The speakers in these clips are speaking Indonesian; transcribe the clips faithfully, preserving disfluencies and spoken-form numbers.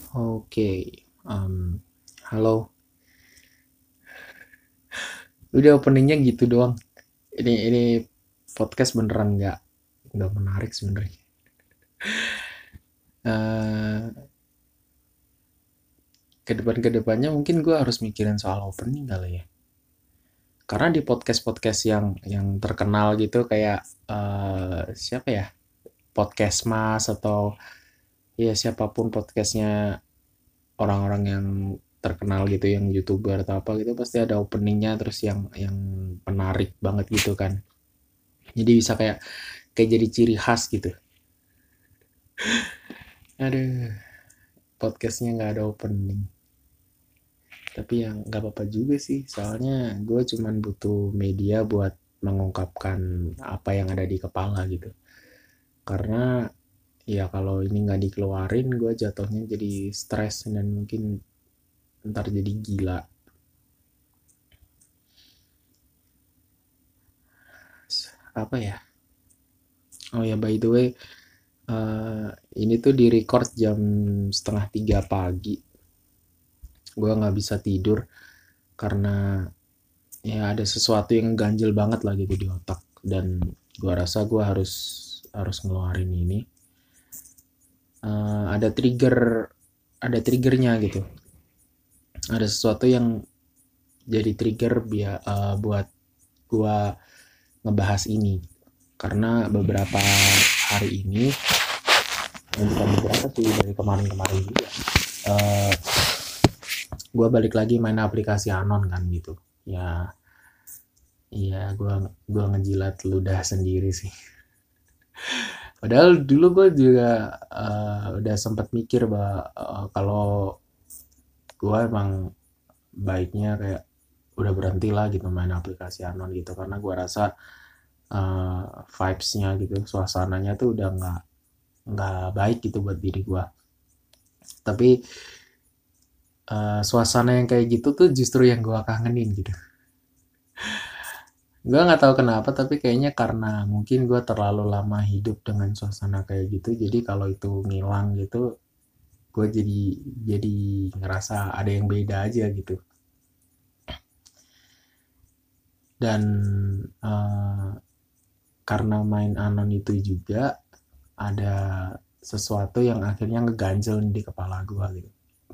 Oke, em, halo. Udah openingnya gitu doang. Ini ini podcast beneran nggak nggak menarik sebenarnya. Eh, ke depan ke depannya mungkin gue harus mikirin soal opening kali ya. Karena di podcast podcast yang yang terkenal gitu kayak eh, siapa ya, podcast Mas atau ya siapapun podcastnya orang-orang yang terkenal gitu, yang youtuber atau apa gitu pasti ada openingnya terus yang yang menarik banget gitu kan. Jadi bisa kayak kayak jadi ciri khas gitu. Aduh, podcastnya nggak ada opening. Tapi yang nggak apa-apa juga sih, soalnya gue cuman butuh media buat mengungkapkan apa yang ada di kepala gitu. Karena ya kalau ini nggak dikeluarin, gue jatuhnya jadi stres dan mungkin ntar jadi gila. Apa ya? Oh ya, by the way, eh, ini tuh di record jam setengah tiga pagi. Gue nggak bisa tidur karena ya ada sesuatu yang ganjel banget lah gitu di otak, dan gua rasa gua harus harus ngeluarin ini. Eh, ada trigger ada triggernya gitu, ada sesuatu yang jadi trigger biar uh, buat gua ngebahas ini karena beberapa hari ini, ya bukan beberapa sih, dari kemarin-kemarin juga, uh, gua balik lagi main aplikasi Anon kan gitu ya. Iya, gua gua ngejilat ludah sendiri sih. Padahal dulu gue juga uh, udah sempat mikir bahwa uh, kalau gue emang baiknya kayak udah berhenti lah gitu main aplikasi Anon gitu, karena gue rasa uh, vibes-nya gitu, suasananya tuh udah nggak nggak baik gitu buat diri gue. Tapi uh, suasana yang kayak gitu tuh justru yang gue kangenin gitu. Gue nggak tahu kenapa, tapi kayaknya karena mungkin gue terlalu lama hidup dengan suasana kayak gitu, jadi kalau itu ngilang gitu gue jadi jadi ngerasa ada yang beda aja gitu. Dan uh, karena main anon itu juga ada sesuatu yang akhirnya ngeganjel di kepala gue gitu,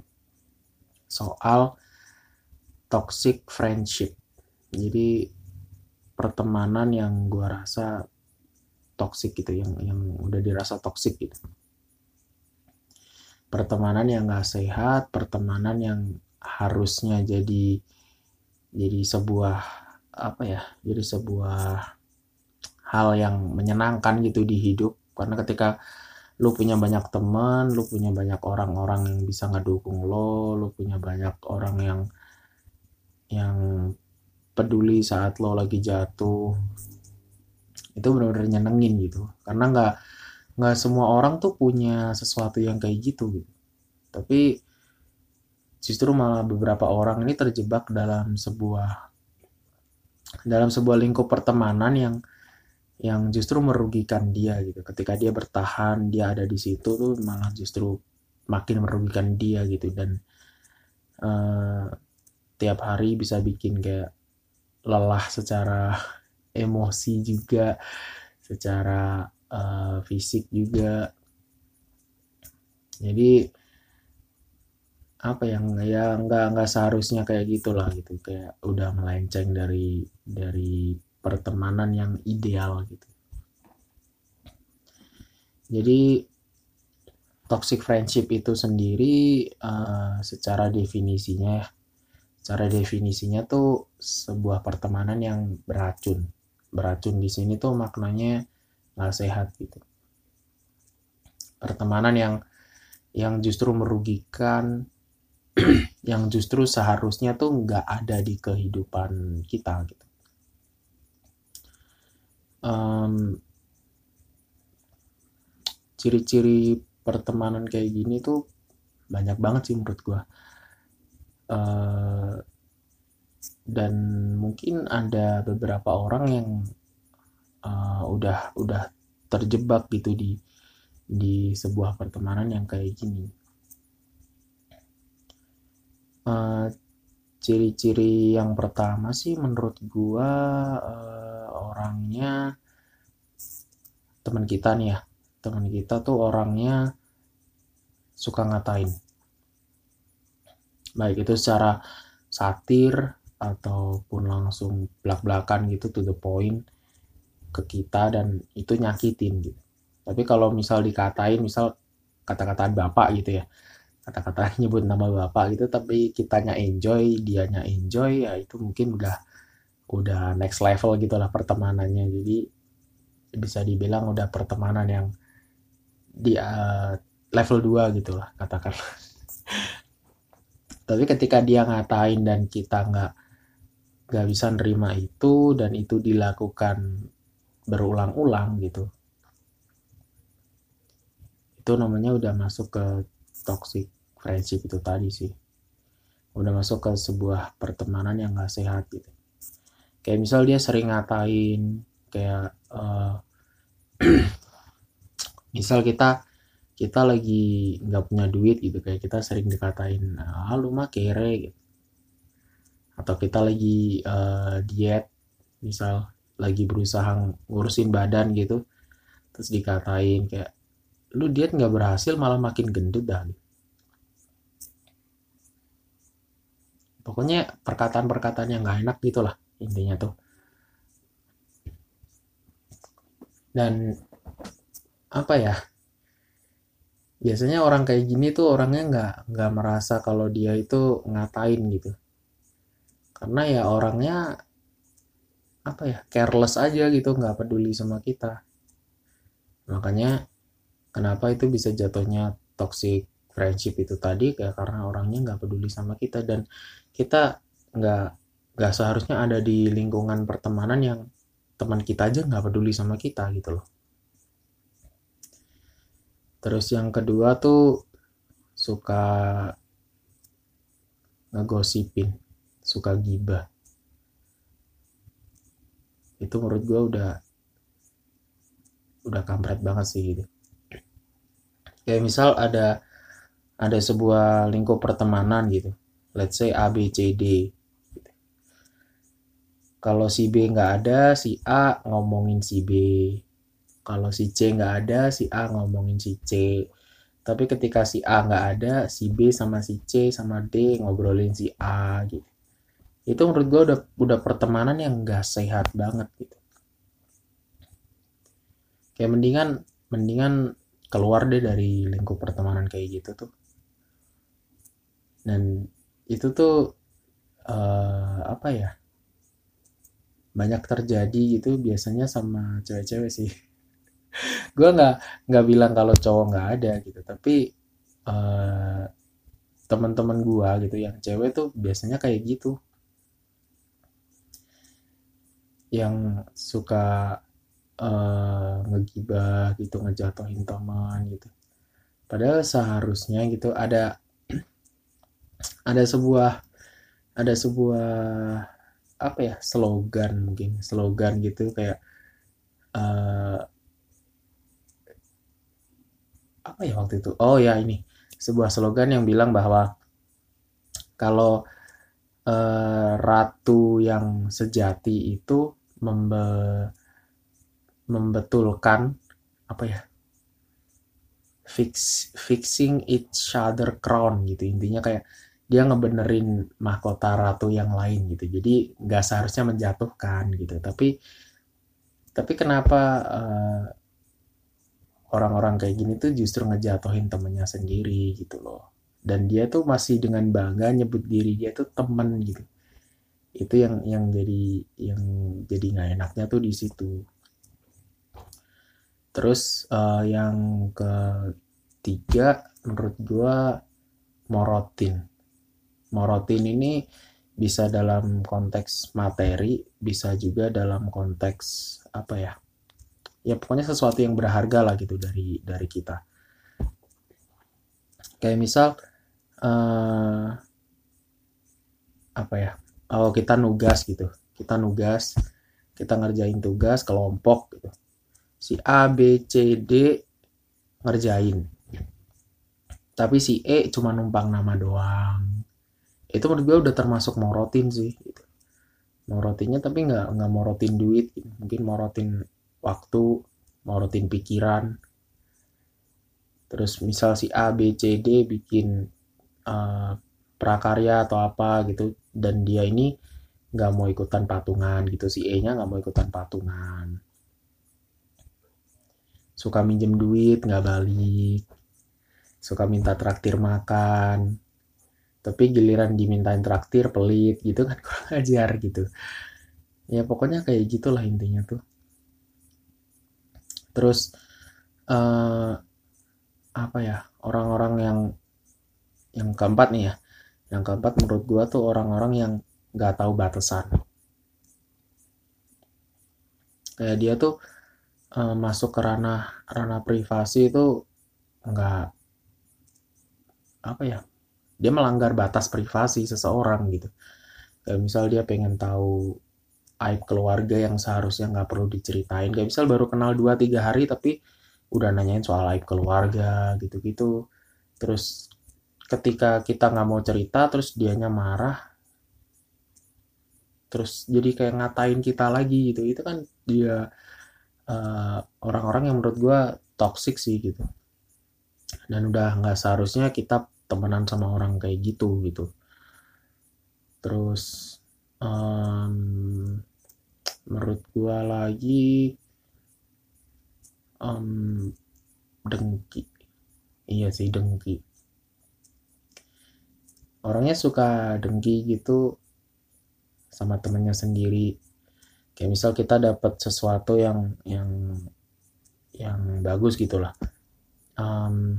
soal toxic friendship. Jadi pertemanan yang gue rasa toxic gitu, yang yang udah dirasa toxic gitu, pertemanan yang gak sehat, pertemanan yang harusnya jadi jadi sebuah apa ya, jadi sebuah hal yang menyenangkan gitu di hidup. Karena ketika lu punya banyak teman, lu punya banyak orang-orang yang bisa ngedukung lo, lu punya banyak orang yang yang peduli saat lo lagi jatuh, itu benar-benar nyenengin gitu. Karena nggak nggak semua orang tuh punya sesuatu yang kayak gitu gitu. Tapi justru malah beberapa orang ini terjebak dalam sebuah dalam sebuah lingkup pertemanan yang yang justru merugikan dia gitu. Ketika dia bertahan, dia ada di situ tuh malah justru makin merugikan dia gitu. Dan uh, tiap hari bisa bikin kayak lelah secara emosi juga, secara uh, fisik juga. Jadi apa yang ya nggak nggak seharusnya kayak gitulah gitu, kayak udah melenceng dari dari pertemanan yang ideal gitu. Jadi toxic friendship itu sendiri uh, secara definisinya secara definisinya tuh sebuah pertemanan yang beracun. Beracun di sini tuh maknanya nggak sehat gitu. Pertemanan yang yang justru merugikan, yang justru seharusnya tuh nggak ada di kehidupan kita gitu. Um, ciri-ciri pertemanan kayak gini tuh banyak banget sih menurut gue. Uh, dan mungkin ada beberapa orang yang uh, udah udah terjebak gitu di di sebuah pertemanan yang kayak gini. uh, ciri-ciri yang pertama sih menurut gua, uh, orangnya, teman kita nih ya, teman kita tuh orangnya suka ngatain, baik itu secara satir ataupun langsung belak-belakan gitu, to the point ke kita, dan itu nyakitin gitu. Tapi kalau misal dikatain, misal kata-kataan bapak gitu ya, kata-kata nyebut nama bapak gitu, tapi kitanya enjoy, dianya enjoy, ya itu mungkin udah udah next level gitulah pertemanannya. Jadi bisa dibilang udah pertemanan yang di uh, level dua gitulah katakan. Tapi ketika dia ngatain dan kita nggak nggak bisa nerima itu, dan itu dilakukan berulang-ulang gitu, itu namanya udah masuk ke toxic friendship itu tadi sih. Udah masuk ke sebuah pertemanan yang gak sehat gitu. Kayak misal dia sering ngatain, kayak uh, misal kita kita lagi nggak punya duit gitu, kayak kita sering dikatain, ah lu mah kere gitu. Atau kita lagi uh, diet, misal lagi berusaha ngurusin badan gitu, terus dikatain kayak, lu diet nggak berhasil malah makin gendut dah. Pokoknya perkataan-perkataan yang nggak enak gitulah intinya tuh. Dan apa ya, biasanya orang kayak gini tuh orangnya nggak nggak merasa kalau dia itu ngatain gitu, karena ya orangnya apa ya, careless aja gitu, nggak peduli sama kita. Makanya kenapa itu bisa jatuhnya toxic friendship itu tadi, kayak karena orangnya nggak peduli sama kita, dan kita nggak nggak seharusnya ada di lingkungan pertemanan yang teman kita aja nggak peduli sama kita gitu loh. Terus yang kedua tuh suka ngegosipin, suka gibah. Itu menurut gue udah udah kampret banget sih gitu. Kayak misal ada ada sebuah lingkup pertemanan gitu, let's say A B C D. Kalau si B nggak ada, si A ngomongin si B. Kalau si C nggak ada, si A ngomongin si C. Tapi ketika si A nggak ada, si B sama si C sama D ngobrolin si A gitu. Itu menurut gue udah udah pertemanan yang nggak sehat banget gitu. Kayak mendingan mendingan keluar deh dari lingkup pertemanan kayak gitu tuh. Dan itu tuh uh, apa ya, banyak terjadi gitu biasanya sama cewek-cewek sih. Gue nggak nggak bilang kalau cowok nggak ada gitu, tapi uh, teman-teman gue gitu yang cewek tuh biasanya kayak gitu, yang suka uh, ngegibah gitu, ngejatuhin teman gitu. Padahal seharusnya gitu ada ada sebuah ada sebuah apa ya, slogan, mungkin slogan gitu, kayak uh, apa ya waktu itu, oh ya ini sebuah slogan yang bilang bahwa kalau uh, ratu yang sejati itu membe membetulkan apa ya, fix fixing each other crown gitu, intinya kayak dia ngebenerin mahkota ratu yang lain gitu, jadi nggak seharusnya menjatuhkan gitu, tapi tapi kenapa uh, orang-orang kayak gini tuh justru ngejatuhin temennya sendiri gitu loh, dan dia tuh masih dengan bangga nyebut diri dia tuh temen gitu. Itu yang yang jadi yang jadi nggak enaknya tuh di situ. Terus uh, yang ketiga menurut gua, morotin. Morotin ini bisa dalam konteks materi, bisa juga dalam konteks apa ya? Ya pokoknya sesuatu yang berharga lah gitu dari dari kita. Kayak misal uh, apa ya? Oh kita nugas gitu, kita nugas, kita ngerjain tugas kelompok gitu. Si A, B, C, D ngerjain. Tapi si E cuma numpang nama doang. itu menurut gue udah termasuk morotin sih gitu. Morotinnya tapi nggak nggak morotin duit gitu. Mungkin morotin waktu, morotin pikiran. Terus misal si A B C D bikin uh, prakarya atau apa gitu, dan dia ini nggak mau ikutan patungan gitu, si E nya nggak mau ikutan patungan, suka minjem duit nggak balik, suka minta traktir makan, tapi giliran dimintain traktir pelit gitu kan, kurang ajar gitu. Ya pokoknya kayak gitulah intinya tuh. Terus eh, apa ya, orang-orang yang yang keempat nih ya, yang keempat menurut gua tuh orang-orang yang nggak tahu batasan. Kayak dia tuh eh, masuk ke ranah ranah privasi itu nggak, apa ya, dia melanggar batas privasi seseorang gitu. Kayak misal dia pengen tahu aib keluarga yang seharusnya nggak perlu diceritain, kayak misal baru kenal dua tiga hari tapi udah nanyain soal aib keluarga gitu-gitu. Terus ketika kita nggak mau cerita terus dianya marah, terus jadi kayak ngatain kita lagi gitu. Itu kan dia eh, orang-orang yang menurut gue toxic sih gitu, dan udah nggak seharusnya kita temenan sama orang kayak gitu gitu. Terus em, menurut gue lagi em, dengki. Iya sih, dengki. Orangnya suka dengki gitu sama temennya sendiri. Kayak misal kita dapat sesuatu yang yang yang bagus gitulah. Um,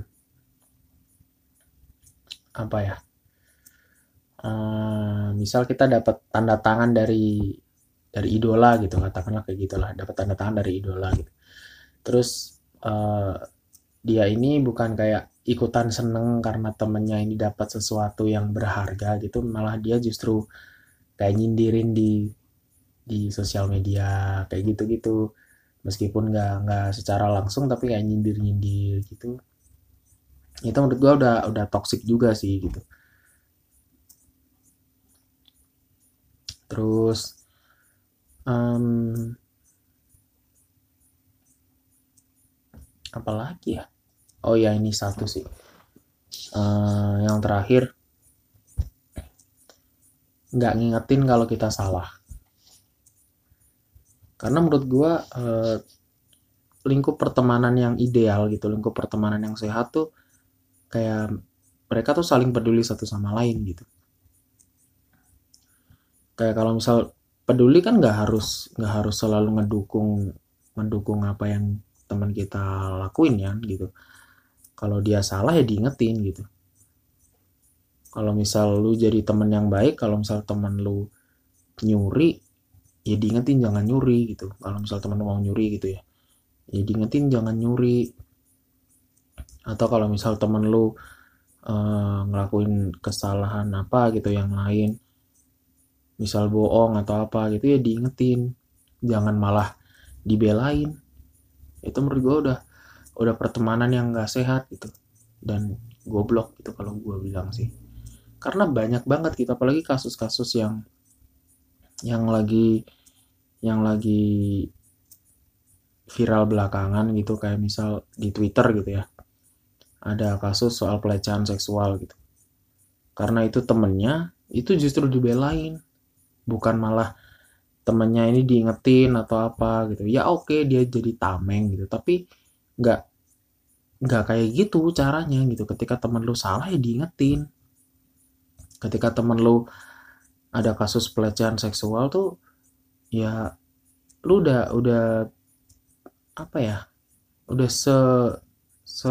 apa ya? Um, misal kita dapat tanda tangan dari dari idola gitu, katakanlah kayak gitulah, dapat tanda tangan dari idola gitu. Terus uh, dia ini bukan kayak ikutan seneng karena temennya ini dapat sesuatu yang berharga gitu, malah dia justru kayak nyindirin di di sosial media kayak gitu-gitu, meskipun nggak nggak secara langsung tapi kayak nyindir-nyindir gitu. Itu menurut gua udah udah toxic juga sih gitu. Terus um, apa lagi ya, oh ya ini satu sih. Uh, yang terakhir, nggak ngingetin kalau kita salah. Karena menurut gua uh, lingkup pertemanan yang ideal gitu, lingkup pertemanan yang sehat tuh kayak mereka tuh saling peduli satu sama lain gitu. Kayak kalau misal peduli kan nggak harus nggak harus selalu ngedukung mendukung apa yang teman kita lakuin ya gitu. Kalau dia salah ya diingetin gitu. Kalau misal lu jadi teman yang baik, kalau misal teman lu nyuri, ya diingetin jangan nyuri gitu. Kalau misal teman lu mau nyuri gitu ya, ya diingetin jangan nyuri. Atau kalau misal teman lu uh, ngelakuin kesalahan apa gitu yang lain, misal bohong atau apa gitu, ya diingetin, jangan malah dibelain. Itu menurut gue udah udah pertemanan yang gak sehat gitu, dan goblok gitu kalau gue bilang sih. Karena banyak banget gitu, apalagi kasus-kasus yang yang lagi yang lagi viral belakangan gitu, kayak misal di Twitter gitu ya, ada kasus soal pelecehan seksual gitu. Karena itu temennya itu justru dibelain, bukan malah temennya ini diingetin atau apa gitu. Ya oke okay, dia jadi tameng gitu, tapi nggak nggak kayak gitu caranya gitu. Ketika temen lu salah ya diingetin. Ketika temen lu ada kasus pelecehan seksual tuh, ya lu udah udah apa ya, udah se se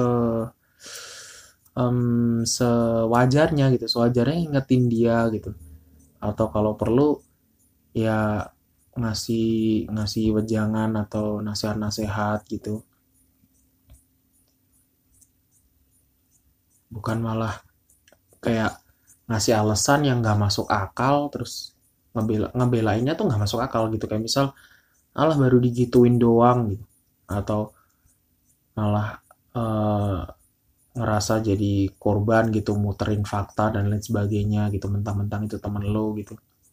um, sewajarnya gitu, sewajarnya ingetin dia gitu. Atau kalau perlu ya ngasih ngasih wejangan atau nasihat-nasihat gitu, bukan malah kayak ngasih alasan yang nggak masuk akal, terus ngebela ngebelainnya tuh nggak masuk akal gitu. Kayak misal alah baru digituin doang gitu, atau malah uh, ngerasa jadi korban gitu, muterin fakta dan lain sebagainya gitu, mentang-mentang itu temen lo gitu.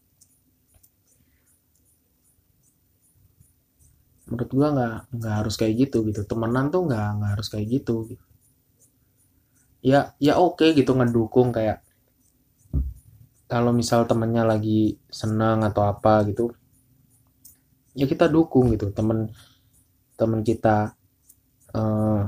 Menurut gua nggak nggak harus kayak gitu gitu, temenan tuh nggak nggak harus kayak gitu gitu. Ya ya oke gitu, ngedukung kayak kalau misal temennya lagi senang atau apa gitu, ya kita dukung gitu. Temen temen kita eh,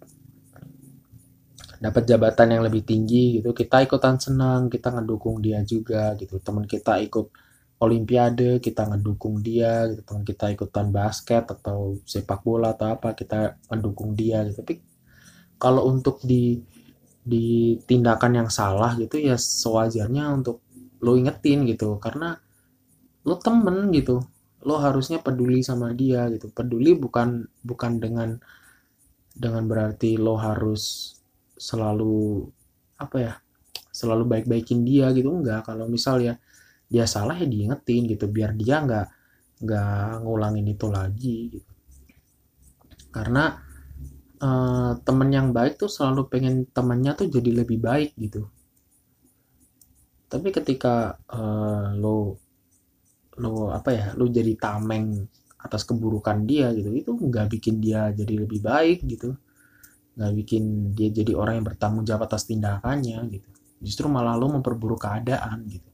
dapat jabatan yang lebih tinggi gitu, kita ikutan senang, kita ngedukung dia juga gitu. Teman kita ikut olimpiade, kita ngedukung dia gitu. Teman kita ikutan basket atau sepak bola atau apa, kita ngedukung dia gitu. Tapi kalau untuk di di tindakan yang salah gitu, ya sewajarnya untuk lo ingetin gitu, karena lo temen gitu, lo harusnya peduli sama dia gitu. Peduli bukan bukan dengan dengan berarti lo harus selalu apa ya, selalu baik-baikin dia gitu, enggak. Kalau misal ya dia salah ya diingetin gitu, biar dia nggak nggak ngulangin itu lagi gitu. Karena eh, temen yang baik tuh selalu pengen temennya tuh jadi lebih baik gitu. Tapi ketika eh, lo lo apa ya, lo jadi tameng atas keburukan dia gitu, itu nggak bikin dia jadi lebih baik gitu, nggak bikin dia jadi orang yang bertanggung jawab atas tindakannya gitu. Justru malah lo memperburuk keadaan gitu.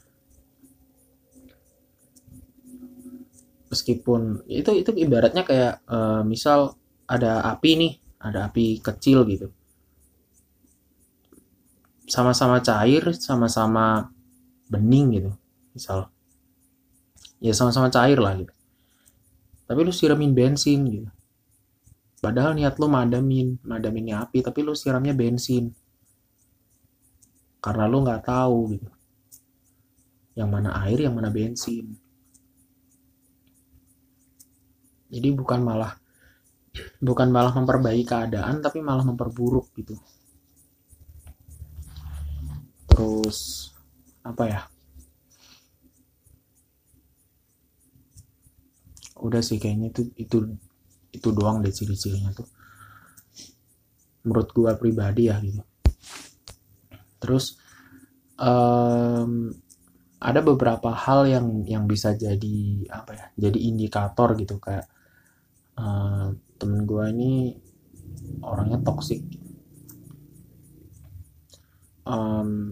Meskipun itu itu ibaratnya kayak eh, misal ada api nih, ada api kecil gitu, sama-sama cair, sama-sama bening gitu, misal ya sama-sama cair lah gitu, tapi lu siramin bensin gitu, padahal niat lu madamin madaminnya api, tapi lu siramnya bensin karena lu nggak tahu gitu yang mana air yang mana bensin. Jadi bukan malah bukan malah memperbaiki keadaan, tapi malah memperburuk gitu. Terus apa ya, udah sih kayaknya itu itu itu doang deh ciri-cirinya tuh, menurut gua pribadi ya gitu. Terus um, ada beberapa hal yang yang bisa jadi apa ya, jadi indikator gitu, kayak uh, temen gua ini orangnya toksik, um,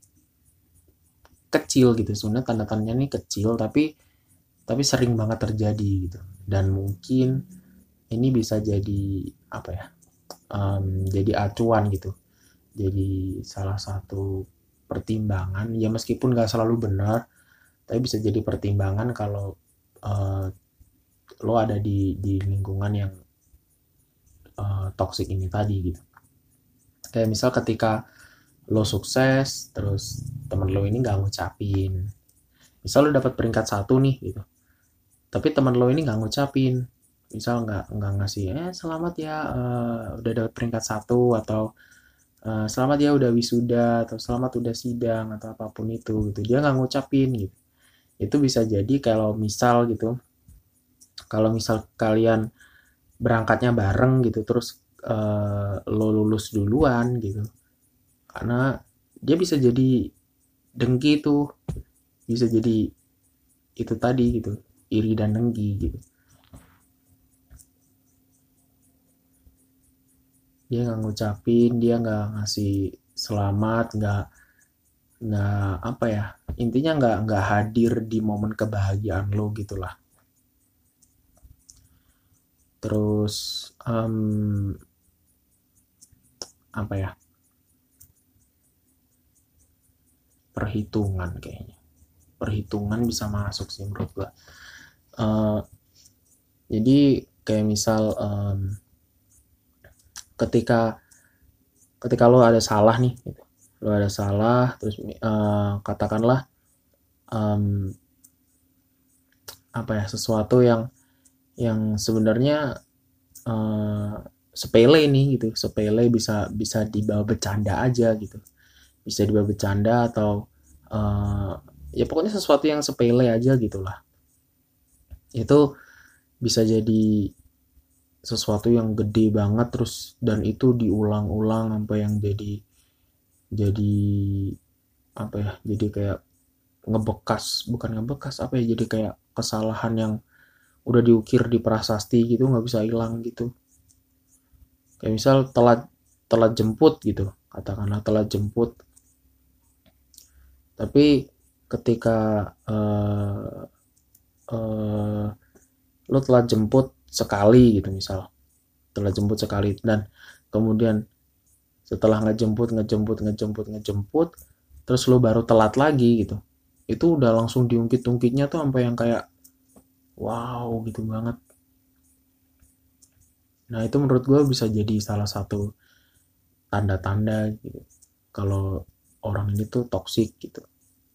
kecil gitu sebenarnya, tanda-tandanya nih kecil, tapi tapi sering banget terjadi gitu. Dan mungkin ini bisa jadi apa ya, um, jadi acuan gitu, jadi salah satu pertimbangan ya, meskipun gak selalu benar, tapi bisa jadi pertimbangan kalau uh, lo ada di di lingkungan yang uh, toxic ini tadi gitu. Kayak misal ketika lo sukses, terus temen lo ini nggak ngucapin, misal lo dapat peringkat satu nih gitu, tapi temen lo ini nggak ngucapin, misal nggak nggak ngasih eh selamat ya uh, udah dapat peringkat satu, atau uh, selamat ya udah wisuda, atau selamat udah sidang, atau apapun itu gitu, dia nggak ngucapin gitu. Itu bisa jadi kalau misal gitu, kalau misal kalian berangkatnya bareng gitu, terus uh, lo lulus duluan gitu, karena dia bisa jadi dengki tuh, bisa jadi itu tadi gitu, iri dan dengki gitu. Dia nggak ngucapin, dia nggak ngasih selamat, nggak nggak apa ya, intinya nggak nggak hadir di momen kebahagiaan lo gitulah. Terus um, apa ya, perhitungan kayaknya, perhitungan bisa masuk sih menurut gua. Uh, jadi kayak misal um, ketika ketika lo ada salah nih gitu. Lo ada salah, terus uh, katakanlah um, apa ya, sesuatu yang yang sebenarnya uh, sepele nih gitu, sepele, bisa bisa dibawa bercanda aja gitu, bisa dibawa bercanda, atau uh, ya pokoknya sesuatu yang sepele aja gitulah. Itu bisa jadi sesuatu yang gede banget terus dan itu diulang-ulang sampai yang jadi jadi apa ya, jadi kayak ngebekas, bukan ngebekas apa ya, jadi kayak kesalahan yang udah diukir di prasasti gitu, nggak bisa hilang gitu. Kayak misal telat telat jemput gitu, katakanlah telat jemput, tapi ketika eh eh, lo telat jemput sekali gitu, misal telat jemput sekali dan kemudian setelah ngejemput ngejemput ngejemput ngejemput terus lo baru telat lagi gitu, itu udah langsung diungkit-ungkitnya tuh sampai yang kayak wow gitu banget. Nah itu menurut gue bisa jadi salah satu tanda-tanda gitu kalau orang ini tuh toksik gitu.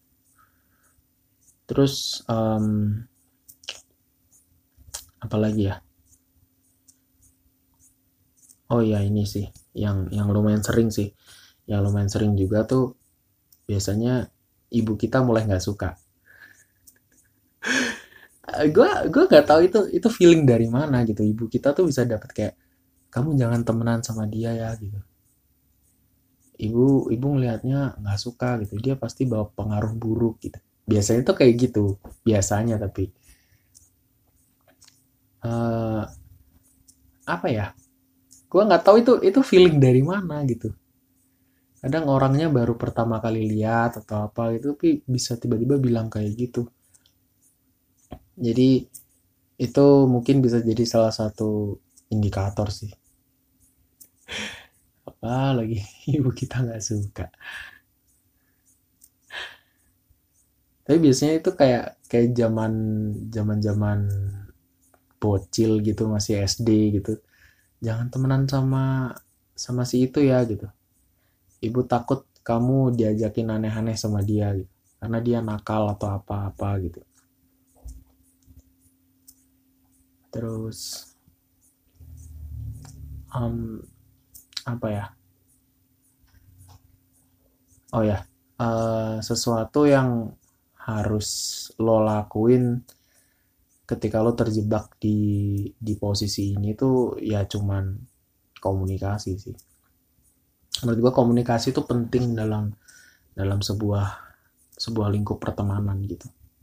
Terus um, apalagi ya, oh ya ini sih yang yang lumayan sering sih, yang lumayan sering juga tuh biasanya ibu kita mulai nggak suka. Gue gue nggak tahu itu itu feeling dari mana gitu, ibu kita tuh bisa dapat kayak kamu jangan temenan sama dia ya gitu. Ibu ibu ngelihatnya nggak suka gitu, dia pasti bawa pengaruh buruk gitu. Biasanya tuh kayak gitu, biasanya tapi uh, apa ya? Gue nggak tahu itu itu feeling dari mana gitu. Kadang orangnya baru pertama kali lihat atau apa gitu, tapi bisa tiba-tiba bilang kayak gitu. Jadi itu mungkin bisa jadi salah satu indikator sih. Apa lagi ibu kita nggak suka. Tapi biasanya itu kayak kayak zaman zaman zaman bocil gitu, masih S D gitu. Jangan temenan sama sama si itu ya gitu. Ibu takut kamu diajakin aneh-aneh sama dia gitu. Karena dia nakal atau apa-apa gitu. Terus um, apa ya? Oh ya, uh, sesuatu yang harus lo lakuin ketika lo terjebak di di posisi ini tuh ya cuman komunikasi sih. Menurut gua komunikasi itu penting dalam dalam sebuah sebuah lingkup pertemanan gitu.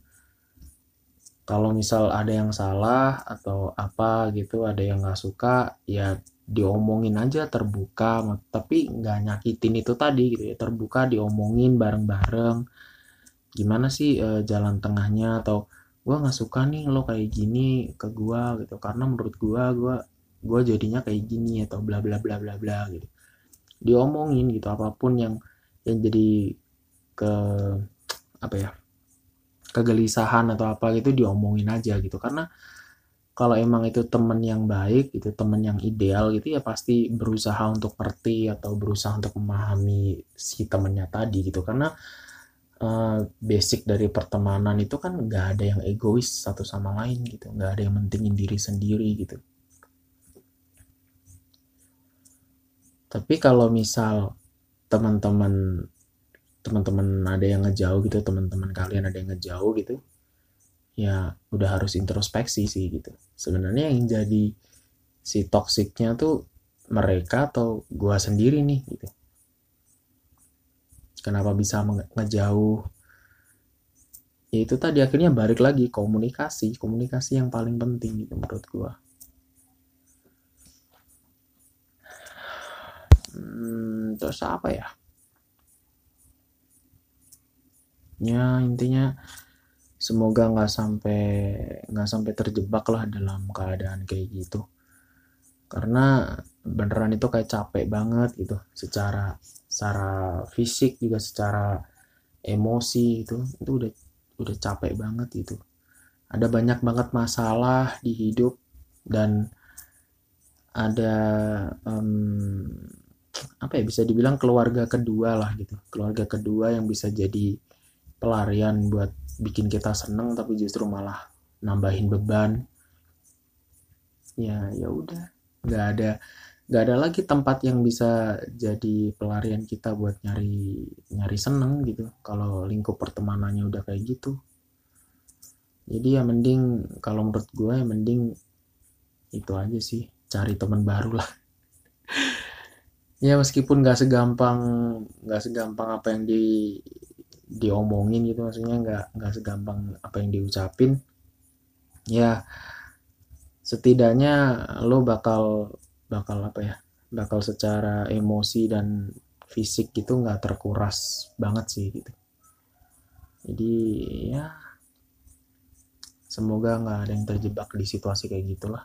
Kalau misal ada yang salah atau apa gitu, ada yang nggak suka, ya diomongin aja terbuka, tapi nggak nyakitin itu tadi gitu ya, terbuka diomongin bareng-bareng. Gimana sih eh, jalan tengahnya atau gua nggak suka nih lo kayak gini ke gua gitu, karena menurut gua gua gua jadinya kayak gini atau bla bla bla bla bla gitu. Diomongin gitu apapun yang yang jadi ke apa ya, kegelisahan atau apa gitu diomongin aja gitu, karena kalau emang itu temen yang baik itu temen yang ideal gitu ya pasti berusaha untuk ngerti atau berusaha untuk memahami si temennya tadi gitu, karena uh, basic dari pertemanan itu kan nggak ada yang egois satu sama lain gitu, nggak ada yang mentingin diri sendiri gitu. Tapi kalau misal teman-teman teman-teman ada yang ngejauh gitu, teman-teman kalian ada yang ngejauh gitu, ya udah harus introspeksi sih gitu. Sebenarnya yang jadi si toksiknya tuh mereka atau gua sendiri nih gitu. Kenapa bisa ngejauh? Ya itu tadi akhirnya balik lagi komunikasi, komunikasi yang paling penting gitu menurut gua. Hmm, terus apa ya? Ya intinya semoga nggak sampai nggak sampai terjebak lah dalam keadaan kayak gitu, karena beneran itu kayak capek banget gitu, secara secara fisik juga secara emosi itu itu udah udah capek banget gitu. Ada banyak banget masalah di hidup dan ada um, apa ya, bisa dibilang keluarga kedua lah gitu, keluarga kedua yang bisa jadi pelarian buat bikin kita seneng tapi justru malah nambahin beban. Ya ya udah, nggak ada nggak ada lagi tempat yang bisa jadi pelarian kita buat nyari nyari seneng gitu kalau lingkup pertemanannya udah kayak gitu. Jadi ya mending, kalau menurut gue ya mending itu aja sih, cari teman baru lah. Ya meskipun nggak segampang nggak segampang apa yang di diomongin gitu, maksudnya nggak nggak segampang apa yang diucapin. Ya setidaknya lo bakal bakal apa ya bakal secara emosi dan fisik gitu nggak terkuras banget sih gitu. Jadi ya semoga nggak ada yang terjebak di situasi kayak gitulah.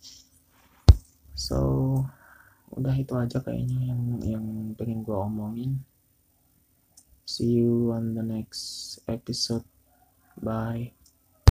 So udah itu aja kayaknya yang yang pengen gue omongin. See you on the next episode. Bye.